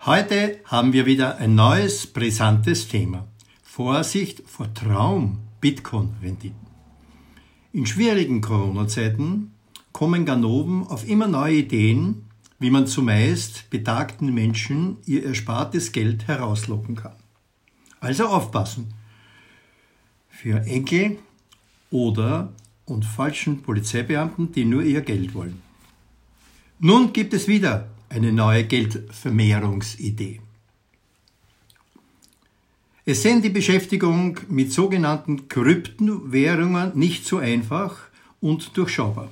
Heute haben wir wieder ein neues, brisantes Thema. Vorsicht vor Traum-Bitcoin-Renditen. In schwierigen Corona-Zeiten kommen Ganoven auf immer neue Ideen, wie man zumeist betagten Menschen ihr erspartes Geld herauslocken kann. Also aufpassen für Enkel und falschen Polizeibeamten, die nur ihr Geld wollen. Nun gibt es wieder eine neue Geldvermehrungsidee. Es sind die Beschäftigung mit sogenannten Kryptowährungen nicht so einfach und durchschaubar.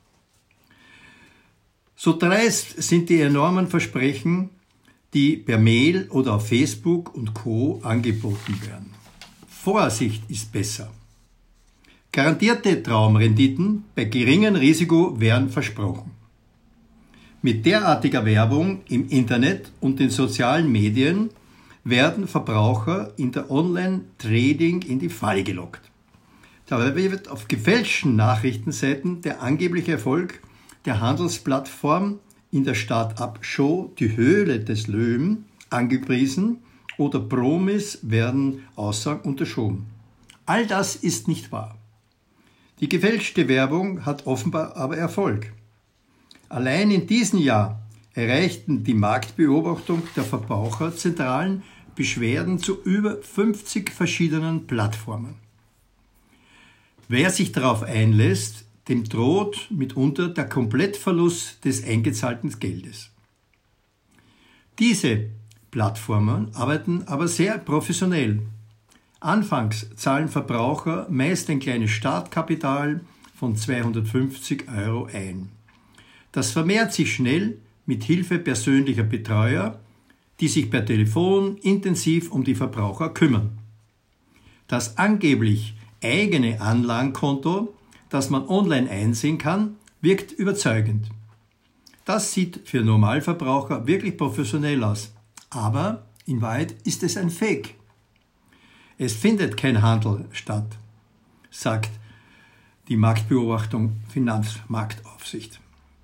So dreist sind die enormen Versprechen, die per Mail oder auf Facebook und Co. angeboten werden. Vorsicht ist besser. Garantierte Traumrenditen bei geringem Risiko werden versprochen. Mit derartiger Werbung im Internet und den sozialen Medien werden Verbraucher in der Online-Trading in die Falle gelockt. Dabei wird auf gefälschten Nachrichtenseiten der angebliche Erfolg der Handelsplattform in der Start-up-Show Die Höhle des Löwen angepriesen oder Promis werden Aussagen unterschoben. All das ist nicht wahr. Die gefälschte Werbung hat offenbar aber Erfolg. Allein in diesem Jahr erreichten die Marktbeobachtung der Verbraucherzentralen Beschwerden zu über 50 verschiedenen Plattformen. Wer sich darauf einlässt, dem droht mitunter der Komplettverlust des eingezahlten Geldes. Diese Plattformen arbeiten aber sehr professionell. Anfangs zahlen Verbraucher meist ein kleines Startkapital von 250 € ein. Das vermehrt sich schnell mit Hilfe persönlicher Betreuer, die sich per Telefon intensiv um die Verbraucher kümmern. Das angeblich eigene Anlagenkonto, das man online einsehen kann, wirkt überzeugend. Das sieht für Normalverbraucher wirklich professionell aus, aber in Wahrheit ist es ein Fake. Es findet kein Handel statt, sagt die Marktbeobachtung Finanzmarktaufsicht.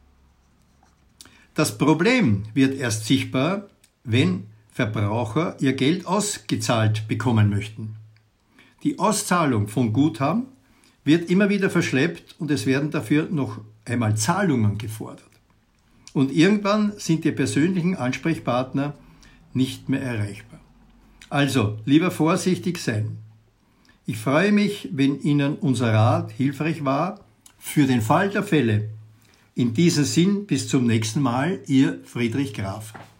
Das Problem wird erst sichtbar, wenn Verbraucher ihr Geld ausgezahlt bekommen möchten. Die Auszahlung von Guthaben wird immer wieder verschleppt und es werden dafür noch einmal Zahlungen gefordert. Und irgendwann sind die persönlichen Ansprechpartner nicht mehr erreichbar. Also, lieber vorsichtig sein. Ich freue mich, wenn Ihnen unser Rat hilfreich war, für den Fall der Fälle. In diesem Sinn, bis zum nächsten Mal, Ihr Friedrich Graf.